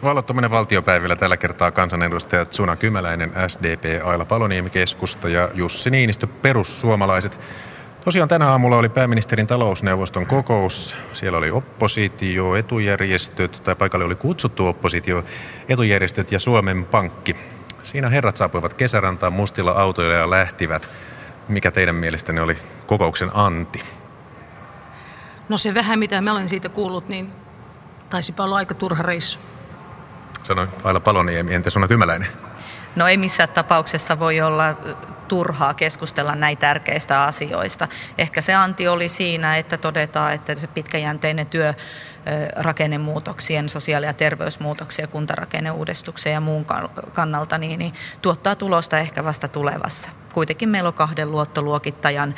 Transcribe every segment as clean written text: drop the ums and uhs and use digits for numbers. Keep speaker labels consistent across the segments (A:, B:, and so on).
A: Vallattominen valtiopäivillä tällä kertaa kansanedustajat Suna Kymäläinen, SDP, Aila Paloniemi, keskusta ja Jussi Niinistö, perussuomalaiset. Tosiaan tänä aamulla oli pääministerin talousneuvoston kokous. Siellä oli oppositio, etujärjestöt, tai paikalle oli kutsuttu oppositio, etujärjestöt ja Suomen Pankki. Siinä herrat saapuivat kesärantaan mustilla autoilla ja lähtivät. Mikä teidän mielestänne oli kokouksen anti?
B: No se vähän, mitä mä olen siitä kuullut, niin taisipa olla aika turha reissu.
A: Sanoi Aila Paloniemi, entä Suna Kymäläinen?
C: No ei missään tapauksessa voi olla turhaa keskustella näin tärkeistä asioista. Ehkä se anti oli siinä, että todetaan, että se pitkäjänteinen työ rakennemuutoksien, sosiaali- ja terveysmuutoksia, kuntarakenneuudistuksen ja muun kannalta niin tuottaa tulosta ehkä vasta tulevassa. Kuitenkin meillä on 2 luottoluokittajan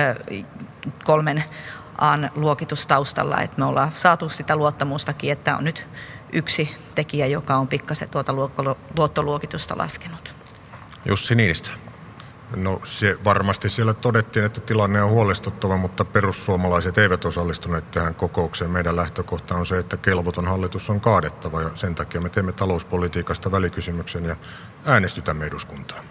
C: 3 luokitus taustalla, että me ollaan saatu sitä luottamustakin, että on nyt yksi tekijä, joka on pikkasen tuota luottoluokitusta laskenut.
A: Jussi Niinistö.
D: No se varmasti siellä todettiin, että tilanne on huolestuttava, mutta perussuomalaiset eivät osallistuneet tähän kokoukseen. Meidän lähtökohta on se, että kelvoton hallitus on kaadettava ja sen takia me teemme talouspolitiikasta välikysymyksen ja äänestytämme eduskuntaa.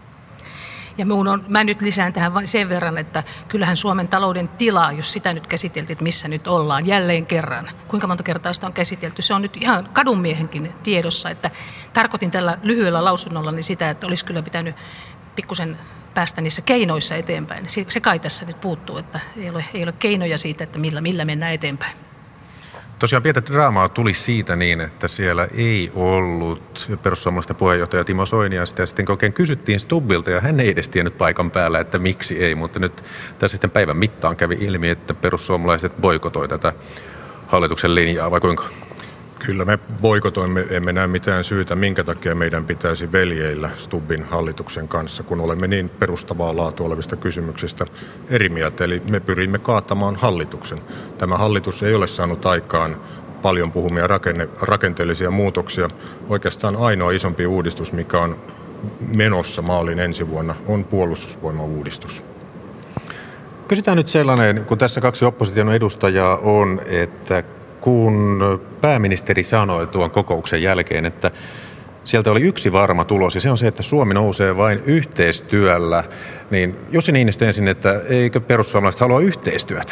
B: Ja mä nyt lisään tähän vain sen verran, että kyllähän Suomen talouden tilaa, jos sitä nyt käsiteltiin, että missä nyt ollaan, jälleen kerran. Kuinka monta kertaa sitä on käsitelty? Se on nyt ihan kadunmiehenkin tiedossa, että tarkoitin tällä lyhyellä lausunnollani sitä, että olisi kyllä pitänyt pikkusen päästä niissä keinoissa eteenpäin. Se kai tässä nyt puuttuu, että ei ole keinoja siitä, että millä mennään eteenpäin.
A: Tosiaan pientä draamaa tuli siitä niin, että siellä ei ollut perussuomalaisten puheenjohtaja Timo Soinia. Sitä sitten oikein kysyttiin Stubbilta ja hän ei edes tiennyt paikan päällä, että miksi ei. Mutta nyt tässä sitten päivän mittaan kävi ilmi, että perussuomalaiset boikotoi tätä hallituksen linjaa, vai kuinka?
D: Kyllä me boikotoimme, emme näe mitään syytä, minkä takia meidän pitäisi veljeillä Stubbin hallituksen kanssa, kun olemme niin perustavaa laatua olevista kysymyksistä eri mieltä. Eli me pyrimme kaatamaan hallituksen. Tämä hallitus ei ole saanut aikaan paljon puhumia rakenteellisia muutoksia. Oikeastaan ainoa isompi uudistus, mikä on menossa maaliin ensi vuonna, on puolustusvoimauudistus.
A: Kysytään nyt sellainen, kun tässä 2 opposition edustajaa on, että kun pääministeri sanoi tuon kokouksen jälkeen, että sieltä oli yksi varma tulos, ja se on se, että Suomi nousee vain yhteistyöllä, niin Jussi Niinistö ensin, että eikö perussuomalaiset halua yhteistyötä?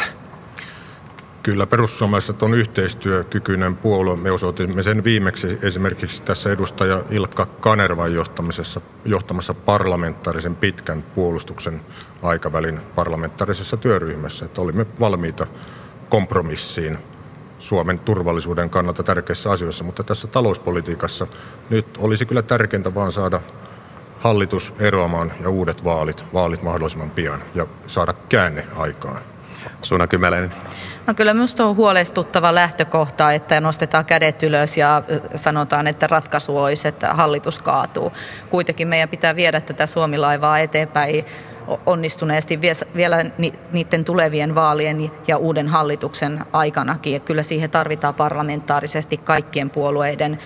D: Kyllä perussuomalaiset on yhteistyökykyinen puolue. Me osoitimme sen viimeksi esimerkiksi tässä edustaja Ilkka Kanervan johtamassa parlamentaarisen pitkän puolustuksen aikavälin parlamentaarisessa työryhmässä, että olimme valmiita kompromissiin Suomen turvallisuuden kannalta tärkeissä asioissa, mutta tässä talouspolitiikassa nyt olisi kyllä tärkeintä vaan saada hallitus eroamaan ja uudet vaalit mahdollisimman pian ja saada käänne aikaan.
A: Suna Kymäläinen.
C: No kyllä minusta on huolestuttava lähtökohta, että nostetaan kädet ylös ja sanotaan, että ratkaisu olisi, että hallitus kaatuu. Kuitenkin meidän pitää viedä tätä Suomi-laivaa eteenpäin onnistuneesti vielä niiden tulevien vaalien ja uuden hallituksen aikanakin. Ja kyllä siihen tarvitaan parlamentaarisesti kaikkien puolueiden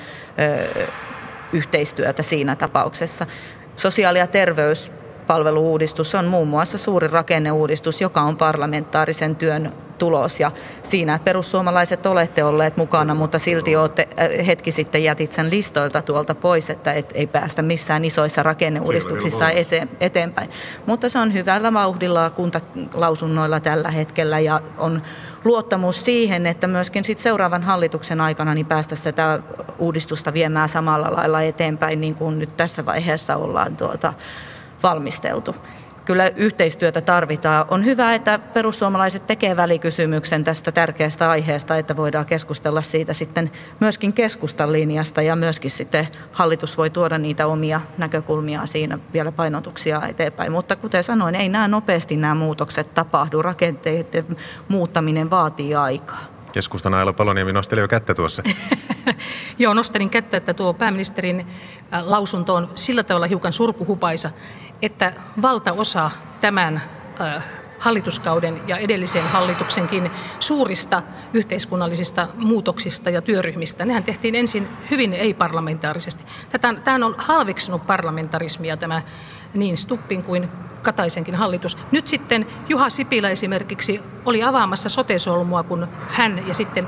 C: yhteistyötä siinä tapauksessa. Sosiaali- ja terveyspalvelu-uudistus on muun muassa suuri rakenneuudistus, joka on parlamentaarisen työn tulos. Ja siinä perussuomalaiset olette olleet mukana, mutta silti hetki sitten jätit sen listoilta tuolta pois, että ei päästä missään isoissa rakenneuudistuksissa eteenpäin. Mutta se on hyvällä vauhdilla kuntalausunnoilla tällä hetkellä ja on luottamus siihen, että myöskin sit seuraavan hallituksen aikana niin päästäisiin tätä uudistusta viemään samalla lailla eteenpäin, niin kuin nyt tässä vaiheessa ollaan valmisteltu. Kyllä yhteistyötä tarvitaan. On hyvä, että perussuomalaiset tekee välikysymyksen tästä tärkeästä aiheesta, että voidaan keskustella siitä sitten myöskin keskustan linjasta ja myöskin sitten hallitus voi tuoda niitä omia näkökulmia siinä vielä painotuksia eteenpäin. Mutta kuten sanoin, ei nopeasti nämä muutokset tapahdu. Rakenteiden muuttaminen vaatii aikaa.
A: Keskustan Aila Paloniemi nosteli jo kättä tuossa.
B: Joo, nostelin kättä, että tuo pääministerin lausunto on sillä tavalla hiukan surkuhupaisa, että valtaosa tämän hallituskauden ja edellisen hallituksenkin suurista yhteiskunnallisista muutoksista ja työryhmistä. Nehän tehtiin ensin hyvin ei-parlamentaarisesti. Tämä on halveksunut parlamentarismia tämä niin Stubbin kuin Kataisenkin hallitus. Nyt sitten Juha Sipilä esimerkiksi oli avaamassa sote-solmua, kun hän ja sitten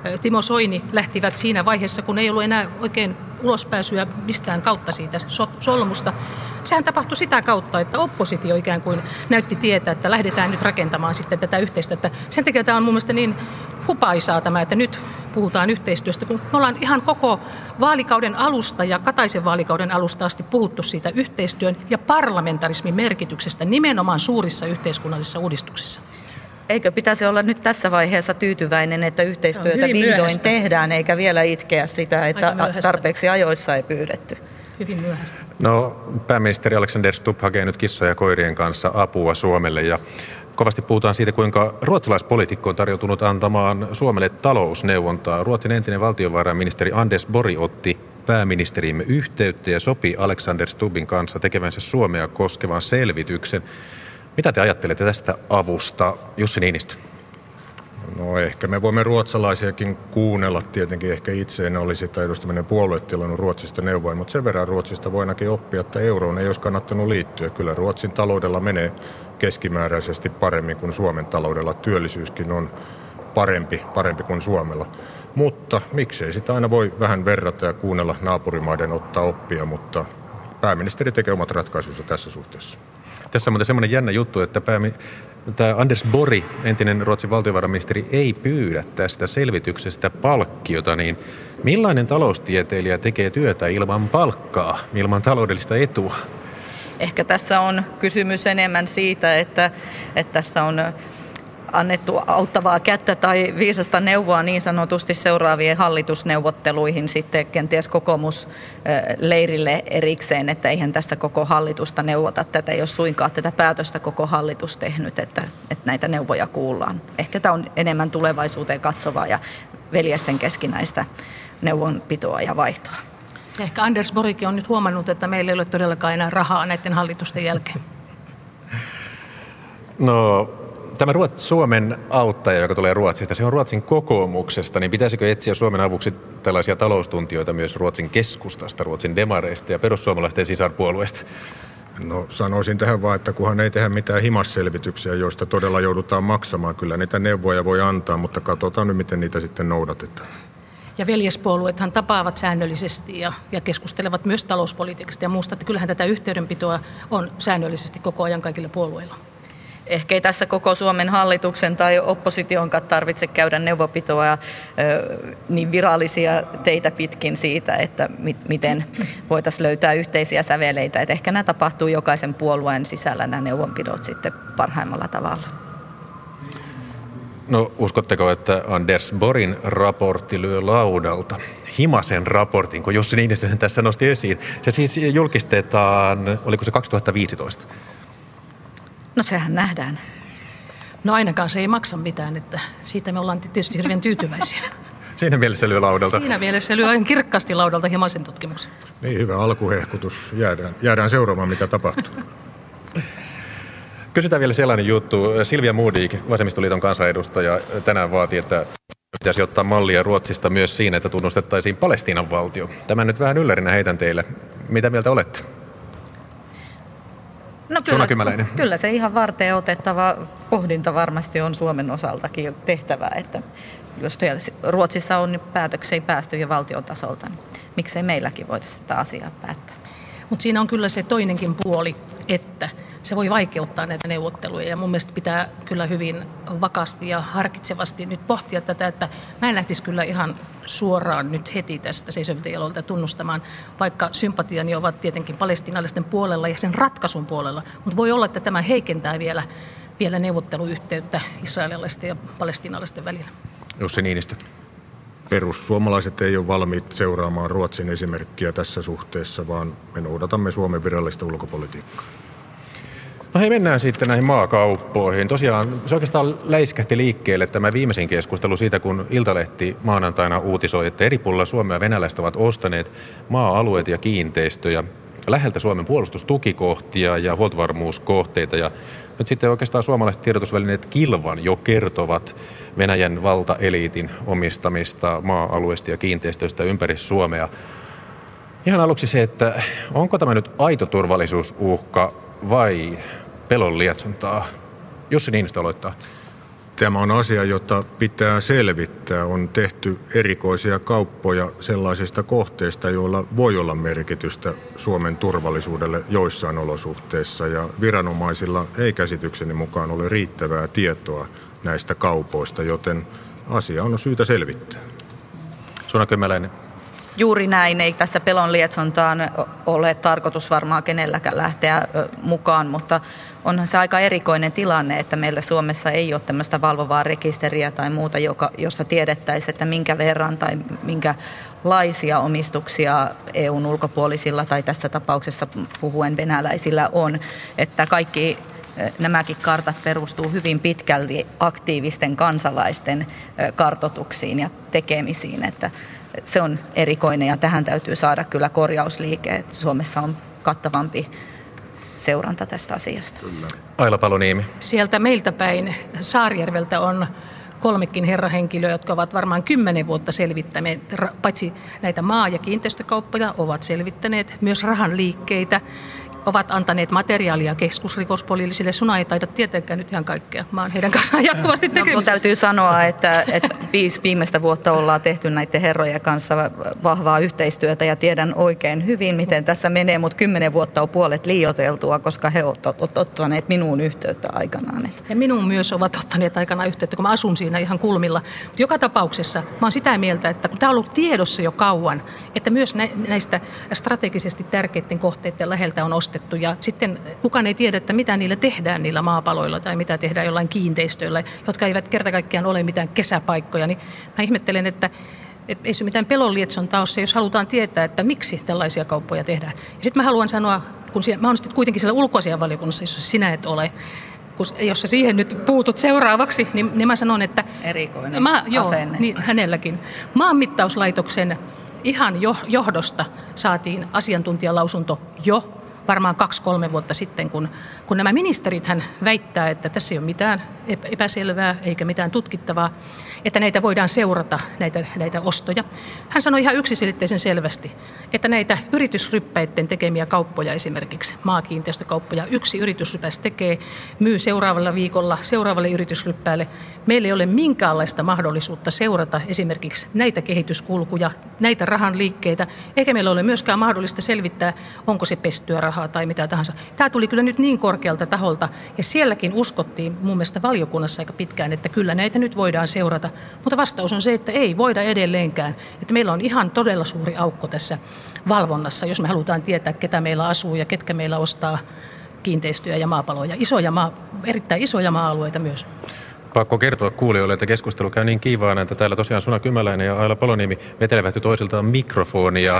B: Timo Soini lähtivät siinä vaiheessa, kun ei ollut enää oikein ulospääsyä mistään kautta siitä solmusta. Sehän tapahtui sitä kautta, että oppositio ikään kuin näytti tietä, että lähdetään nyt rakentamaan sitten tätä yhteistä. Että sen takia tämä on mun mielestä niin hupaisaa tämä, että nyt puhutaan yhteistyöstä, kun me ollaan ihan koko vaalikauden alusta ja Kataisen vaalikauden alusta asti puhuttu siitä yhteistyön ja parlamentarismin merkityksestä nimenomaan suurissa yhteiskunnallisissa uudistuksissa.
C: Eikö pitäisi olla nyt tässä vaiheessa tyytyväinen, että yhteistyötä vihdoin tehdään, eikä vielä itkeä sitä, että tarpeeksi ajoissa ei pyydetty?
B: Hyvin myöhäistä.
A: No, pääministeri Alexander Stubb hakee nyt kissojen ja koirien kanssa apua Suomelle ja kovasti puhutaan siitä, kuinka ruotsalaispoliitikko on tarjoutunut antamaan Suomelle talousneuvontaa. Ruotsin entinen valtiovarainministeri Anders Borg otti pääministeriimme yhteyttä ja sopi Alexander Stubbin kanssa tekevänsä Suomea koskevan selvityksen. Mitä te ajattelette tästä avusta, Jussi Niinistö?
D: No ehkä me voimme ruotsalaisiakin kuunnella. Tietenkin ehkä itse en olisi tai edustaminen puoluetilannut Ruotsista neuvoin, mutta sen verran Ruotsista voi ainakin oppia, että euroon ei olisi kannattanut liittyä. Kyllä Ruotsin taloudella menee keskimääräisesti paremmin kuin Suomen taloudella. Työllisyyskin on parempi kuin Suomella. Mutta miksei sitä aina voi vähän verrata ja kuunnella naapurimaiden ottaa oppia, mutta pääministeri tekee omat ratkaisunsa tässä suhteessa.
A: Tässä on muuten semmoinen jännä juttu, että tämä Anders Borg, entinen Ruotsin valtiovarainministeri, ei pyydä tästä selvityksestä palkkiota, niin millainen taloustieteilijä tekee työtä ilman palkkaa, ilman taloudellista etua?
C: Ehkä tässä on kysymys enemmän siitä, että tässä on annettu auttavaa kättä tai viisasta neuvoa niin sanotusti seuraavien hallitusneuvotteluihin sitten kenties kokoomusleirille erikseen, että eihän tässä koko hallitusta neuvota tätä, jos suinkaan tätä päätöstä koko hallitus tehnyt, että näitä neuvoja kuullaan. Ehkä tämä on enemmän tulevaisuuteen katsovaa ja veljesten keskinäistä neuvonpitoa ja vaihtoa.
B: Ehkä Anders Borg on nyt huomannut, että meillä ei ole todellakaan enää rahaa näiden hallitusten jälkeen.
A: No, tämä Suomen auttaja, joka tulee Ruotsista, se on Ruotsin kokoomuksesta, niin pitäisikö etsiä Suomen avuksi tällaisia taloustuntijoita myös Ruotsin keskustasta, Ruotsin demareista ja perussuomalaisten sisarpuolueista?
D: No sanoisin tähän vaan, että kunhan ei tehdä mitään himasselvityksiä, joista todella joudutaan maksamaan. Kyllä niitä neuvoja voi antaa, mutta katsotaan nyt, miten niitä sitten noudatetaan.
B: Ja veljespuolueethan tapaavat säännöllisesti ja keskustelevat myös talouspolitiikasta ja muusta, että kyllähän tätä yhteydenpitoa on säännöllisesti koko ajan kaikilla puolueilla.
C: Ehkä ei tässä koko Suomen hallituksen tai oppositionkaan tarvitse käydä neuvopitoa niin virallisia teitä pitkin siitä, että miten voitaisiin löytää yhteisiä säveleitä. Että ehkä nämä tapahtuu jokaisen puolueen sisällä nämä neuvonpidot sitten parhaimmalla tavalla.
A: No uskotteko, että Anders Borgin raportti lyö laudalta Himasen raportin, kun Jussi Niinistö tässä nosti esiin? Se siis julkistetaan, oliko se 2015?
C: No sehän nähdään.
B: No ainakaan se ei maksa mitään, että siitä me ollaan tietysti hyvin tyytyväisiä.
A: Siinä mielessä lyö laudalta.
B: Siinä mielessä lyö aivan kirkkaasti laudalta Himasen tutkimuksen.
D: Niin, hyvä alkuhehkutus. Jäädään seuraamaan, mitä tapahtuu.
A: Kysytään vielä sellainen juttu. Silvia Modig, Vasemmistoliiton kansanedustaja, tänään vaati, että pitäisi ottaa mallia Ruotsista myös siinä, että tunnustettaisiin Palestiinan valtio. Tämän nyt vähän yllärinä heitän teille. Mitä mieltä olette?
C: No kyllä se ihan varteen otettava pohdinta varmasti on Suomen osaltakin tehtävää, että jos Ruotsissa on nyt päätöksiä päästy jo valtion tasolta, niin miksei meilläkin voitaisiin sitä asiaa päättää.
B: Mutta siinä on kyllä se toinenkin puoli, että se voi vaikeuttaa näitä neuvotteluja ja mun mielestä pitää kyllä hyvin vakaasti ja harkitsevasti nyt pohtia tätä, että mä en lähtisi kyllä ihan suoraan nyt heti tästä seisovilta jaloilta tunnustamaan, vaikka sympatiani ovat tietenkin palestiinalaisten puolella ja sen ratkaisun puolella, mutta voi olla, että tämä heikentää vielä neuvotteluyhteyttä israelilaisten ja palestiinalaisten välillä.
A: Jussi Niinistö.
D: Perussuomalaiset ei ole valmiit seuraamaan Ruotsin esimerkkiä tässä suhteessa, vaan me noudatamme Suomen virallista ulkopolitiikkaa.
A: No hei, mennään sitten näihin maakauppoihin. Tosiaan se oikeastaan läiskähti liikkeelle tämä viimeisin keskustelu siitä, kun Iltalehti maanantaina uutisoi, että eri puolilla Suomea venäläiset ovat ostaneet maa-alueita ja kiinteistöjä läheltä Suomen puolustustukikohtia ja huoltovarmuuskohteita. Ja nyt sitten oikeastaan suomalaiset tiedotusvälineet kilvan jo kertovat Venäjän valtaeliitin omistamista maa-alueista ja kiinteistöistä ympäri Suomea. Ihan aluksi se, että onko tämä nyt aito turvallisuusuhka vai pelon lietsontaa? Jussi Niinistö aloittaa.
D: Tämä on asia, jota pitää selvittää. On tehty erikoisia kauppoja sellaisista kohteista, joilla voi olla merkitystä Suomen turvallisuudelle joissain olosuhteissa. Ja viranomaisilla ei käsitykseni mukaan ole riittävää tietoa näistä kaupoista, joten asia on syytä selvittää.
A: Suna Kymäläinen.
C: Juuri näin, ei tässä pelon lietsontaan ole tarkoitus varmaan kenelläkään lähteä mukaan, mutta onhan se aika erikoinen tilanne, että meillä Suomessa ei ole tämmöistä valvovaa rekisteriä tai muuta, jossa tiedettäisiin, että minkä verran tai minkälaisia omistuksia EUn ulkopuolisilla tai tässä tapauksessa puhuen venäläisillä on, että kaikki nämäkin kartat perustuu hyvin pitkälti aktiivisten kansalaisten kartoituksiin ja tekemisiin, että se on erikoinen ja tähän täytyy saada kyllä korjausliike, että Suomessa on kattavampi seuranta tästä asiasta.
A: Kyllä. Aila Paloniemi.
B: Sieltä meiltä päin Saarijärveltä on 3 herrahenkilöä, jotka ovat varmaan 10 vuotta selvittäneet, paitsi näitä maa- ja kiinteistökauppoja, ovat selvittäneet myös rahan liikkeitä, ovat antaneet materiaalia keskusrikospoliisille. Suna ei taida tietenkään nyt ihan kaikkea. Mä oon heidän kanssaan jatkuvasti tekemisissä.
C: No, täytyy sanoa, että 5 viimeistä vuotta ollaan tehty näiden herrojen kanssa vahvaa yhteistyötä ja tiedän oikein hyvin, miten tässä menee, mutta 10 vuotta on puolet liioiteltua, koska he ovat ottaneet minuun yhteyttä aikanaan.
B: Ja minuun myös ovat ottaneet aikanaan yhteyttä, kun mä asun siinä ihan kulmilla. Mutta joka tapauksessa mä oon sitä mieltä, että kun tämä on ollut tiedossa jo kauan, että myös näistä strategisesti tärkeiden kohteiden läheltä on ostettu. Ja sitten kukaan ei tiedä, että mitä niillä tehdään niillä maapaloilla tai mitä tehdään jollain kiinteistöillä, jotka eivät kerta kaikkiaan ole mitään kesäpaikkoja. Niin mä ihmettelen, että ei se mitään pelonlietsontaa ole se, jos halutaan tietää, että miksi tällaisia kauppoja tehdään. Ja sitten mä haluan sanoa, kun mä oon sitten kuitenkin siellä ulkoasiainvaliokunnassa, jossa sinä et ole, jos sä siihen nyt puutut seuraavaksi, niin mä sanon, että
C: erikoinen asenne.
B: Niin, hänelläkin. Maanmittauslaitoksen ihan johdosta saatiin asiantuntijalausunto jo varmaan 2-3 vuotta sitten, kun nämä ministerit hän väittää, että tässä ei ole mitään epäselvää eikä mitään tutkittavaa, että näitä voidaan seurata, näitä ostoja. Hän sanoi ihan yksiselitteisen selvästi, että näitä yritysryppäiden tekemiä kauppoja, esimerkiksi maakiinteistökauppoja, yksi yritysrypäs myy seuraavalla viikolla seuraavalle yritysryppäälle. Meillä ei ole minkäänlaista mahdollisuutta seurata esimerkiksi näitä kehityskulkuja, näitä rahan liikkeitä, eikä meillä ole myöskään mahdollista selvittää, onko se pestyä rahaa tai mitä tahansa. Tämä tuli kyllä nyt niin korkealta taholta, ja sielläkin uskottiin mun mielestä valiokunnassa aika pitkään, että kyllä näitä nyt voidaan seurata, mutta vastaus on se, että ei voida edelleenkään, että meillä on ihan todella suuri aukko tässä valvonnassa, jos me halutaan tietää, ketä meillä asuu ja ketkä meillä ostaa kiinteistöjä ja maapaloja, erittäin isoja maa-alueita myös.
A: Pakko kertoa kuulijoille, että keskustelu käy niin kiivaana, että täällä tosiaan Suna Kymäläinen ja Aila Paloniemi vetelevät toisiltaan mikrofonia.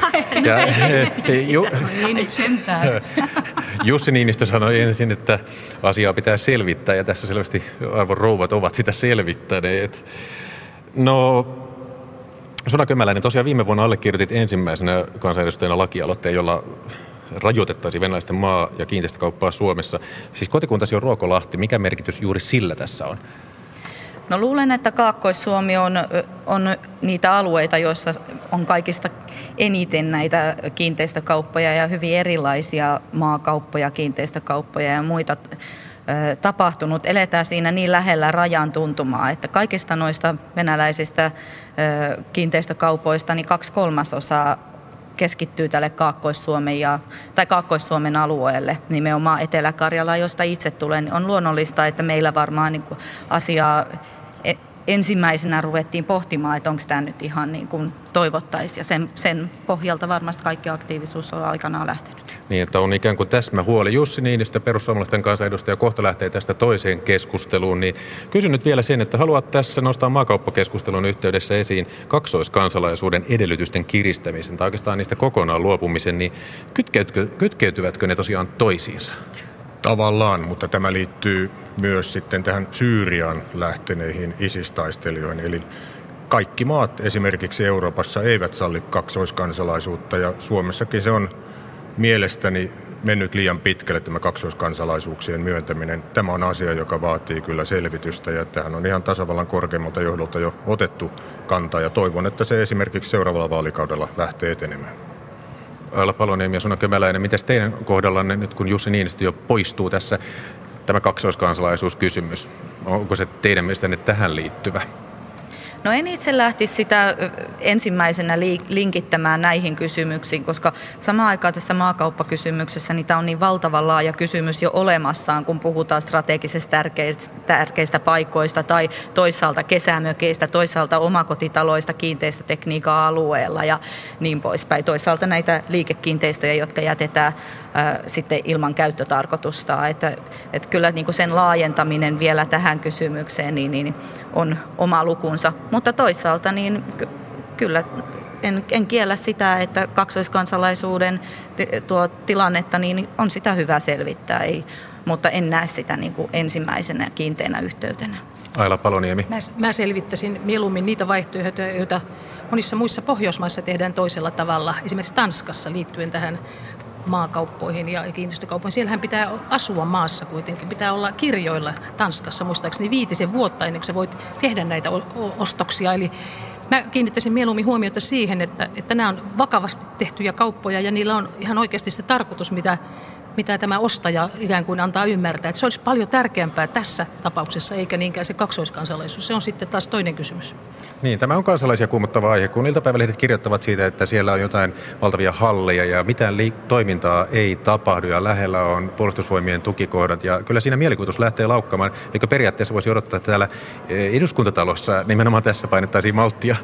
A: Jussi Niinistö sanoi ensin, että asiaa pitää selvittää, ja tässä selvästi arvon rouvat ovat sitä selvittäneet. No, Suna Kymäläinen, tosiaan viime vuonna allekirjoitit ensimmäisenä kansanedustajana lakialoitteen, jolla rajoitettaisiin venäläisten maa- ja kiinteistökauppaa Suomessa. Siis kotikuntasi on Ruokolahti. Mikä merkitys juuri sillä tässä on?
C: No luulen, että Kaakkois-Suomi on niitä alueita, joissa on kaikista eniten näitä kiinteistökauppoja ja hyvin erilaisia maakauppoja, kiinteistökauppoja ja muita tapahtunut. Eletään siinä niin lähellä rajan tuntumaa, että kaikista noista venäläisistä kiinteistökaupoista niin 2/3 keskittyy tälle Kaakkois-Suomen alueelle, nimenomaan Etelä-Karjala, josta itse tulen. On luonnollista, että meillä varmaan niin kuin asiaa ensimmäisenä ruvettiin pohtimaan, että onko tämä nyt ihan niin kuin toivottaisiin, ja sen pohjalta varmasti kaikki aktiivisuus on aikanaan lähtenyt.
A: Niin, että on ikään kuin täsmähuoli. Jussi Niinistö, perussuomalaisten kansanedustaja, kohta lähtee tästä toiseen keskusteluun, niin kysyn nyt vielä sen, että haluat tässä nostaa maakauppakeskustelun yhteydessä esiin kaksoiskansalaisuuden edellytysten kiristämisen, tai oikeastaan niistä kokonaan luopumisen, niin kytkeytyvätkö ne tosiaan toisiinsa?
D: Tavallaan, mutta tämä liittyy myös sitten tähän Syyriaan lähteneihin ISIS-taistelijoihin. Eli kaikki maat esimerkiksi Euroopassa eivät salli kaksoiskansalaisuutta, ja Suomessakin se on mielestäni mennyt liian pitkälle tämä kaksoiskansalaisuuksien myöntäminen. Tämä on asia, joka vaatii kyllä selvitystä, ja tähän on ihan tasavallan korkeimmalta johdolta jo otettu kantaa, ja toivon, että se esimerkiksi seuraavalla vaalikaudella lähtee etenemään.
A: Aila Paloniemi ja Suna Kymäläinen, mitäs teidän kohdallanne nyt, kun Jussi Niinistö jo poistuu tässä tämä kaksoiskansalaisuuskysymys. Onko se teidän mielestänne tähän liittyvä?
C: No en itse lähtisi sitä ensimmäisenä linkittämään näihin kysymyksiin, koska samaan aikaan tässä maakauppakysymyksessä niin tämä on niin valtavan laaja kysymys jo olemassaan, kun puhutaan strategisesti tärkeistä paikoista tai toisaalta kesämökeistä, toisaalta omakotitaloista kiinteistötekniikan alueella ja niin poispäin. Toisaalta näitä liikekiinteistöjä, jotka jätetään sitten ilman käyttötarkoitusta. Että kyllä niin kuin sen laajentaminen vielä tähän kysymykseen niin on oma lukunsa. Mutta toisaalta niin kyllä en kiellä sitä, että kaksoiskansalaisuuden tilannetta niin on sitä hyvä selvittää, mutta en näe sitä niin kuin ensimmäisenä kiinteänä yhteytenä.
A: Aila Paloniemi.
B: Mä selvittäisin mieluummin niitä vaihtoehtoja, joita monissa muissa Pohjoismaissa tehdään toisella tavalla. Esimerkiksi Tanskassa liittyen tähän maakauppoihin ja kiinteistökauppoihin. Siellähän pitää asua maassa kuitenkin. Pitää olla kirjoilla Tanskassa muistaakseni 5 vuotta ennen kuin sä voit tehdä näitä ostoksia. Eli mä kiinnittäisin mieluummin huomiota siihen, että nämä on vakavasti tehtyjä kauppoja ja niillä on ihan oikeasti se tarkoitus, mitä tämä ostaja ikään kuin antaa ymmärtää. Että se olisi paljon tärkeämpää tässä tapauksessa, eikä niinkään se kaksoiskansalaisuus. Se on sitten taas toinen kysymys.
A: Niin, tämä on kansalaisia kuumottava aihe, kun iltapäivälehdet kirjoittavat siitä, että siellä on jotain valtavia halleja ja mitään toimintaa ei tapahdu ja lähellä on puolustusvoimien tukikohdat ja kyllä siinä mielikuvitus lähtee laukkaamaan. Eikö periaatteessa voisi odottaa, että täällä eduskuntatalossa nimenomaan tässä painettaisiin malttia?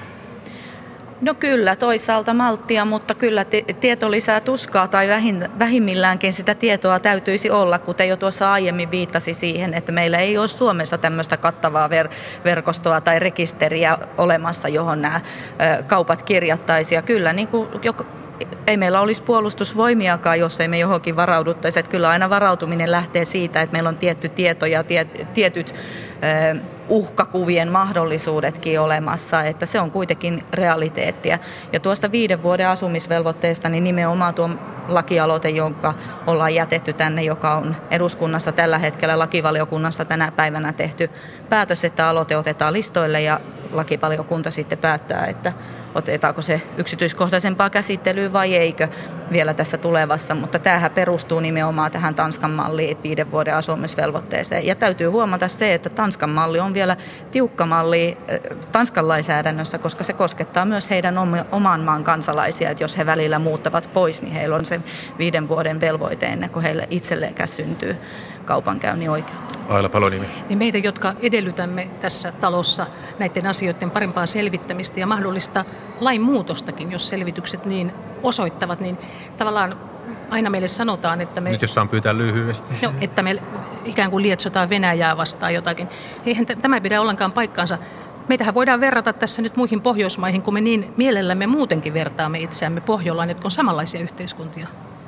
C: No kyllä, toisaalta malttia, mutta kyllä tieto lisää tuskaa tai vähimmilläänkin sitä tietoa täytyisi olla, kuten jo tuossa aiemmin viittasi siihen, että meillä ei ole Suomessa tämmöistä kattavaa verkostoa tai rekisteriä olemassa, johon nämä kaupat kirjattaisiin. Ja kyllä niin kuin ei meillä olisi puolustusvoimiakaan, jos ei me johonkin varauduttaisi. Että kyllä aina varautuminen lähtee siitä, että meillä on tietty tieto ja tietyt uhkakuvien mahdollisuudetkin olemassa, että se on kuitenkin realiteettia. Ja tuosta 5 vuoden asumisvelvoitteesta, niin nimenomaan tuo lakialoite, jonka ollaan jätetty tänne, joka on eduskunnassa tällä hetkellä lakivaliokunnassa tänä päivänä tehty päätös, että aloite otetaan listoille ja lakivaliokunta sitten päättää, että otetaanko se yksityiskohtaisempaa käsittelyyn vai eikö vielä tässä tulevassa, mutta tämähän perustuu nimenomaan tähän Tanskan malliin 5 vuoden asumisvelvoitteeseen. Ja täytyy huomata se, että Tanskan malli on vielä tiukka malli Tanskan lainsäädännössä, koska se koskettaa myös heidän oman maan kansalaisia, että jos he välillä muuttavat pois, niin heillä on se 5 vuoden velvoite ennen kuin heille itselleenkään syntyy kaupankäynnin oikeutta.
A: Aila Paloniemi.
B: Niin meitä, jotka edellytämme tässä talossa näiden asioiden parempaa selvittämistä ja mahdollista lainmuutostakin, jos selvitykset niin osoittavat, niin tavallaan aina meille sanotaan, että me...
A: Nyt jos saan pyytää lyhyesti.
B: No, että me ikään kuin lietsotaan Venäjää vastaan jotakin. Eihän tämä pidä ollenkaan paikkaansa. Meitähän voidaan verrata tässä nyt muihin Pohjoismaihin, kun me niin mielellämme muutenkin vertaamme itseämme Pohjolaan, jotka on samanlaisia yhteiskuntia.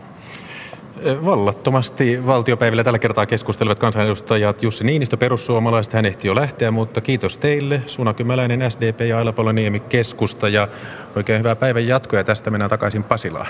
A: Vallattomasti valtiopäivillä tällä kertaa keskustelevat kansanedustajat Jussi Niinistö, perussuomalaiset. Hän ehti jo lähteä, mutta kiitos teille. Suna Kymäläinen, SDP ja Aila Paloniemi, keskusta. Ja oikein hyvää päivän jatkoa ja tästä mennään takaisin Pasilaan.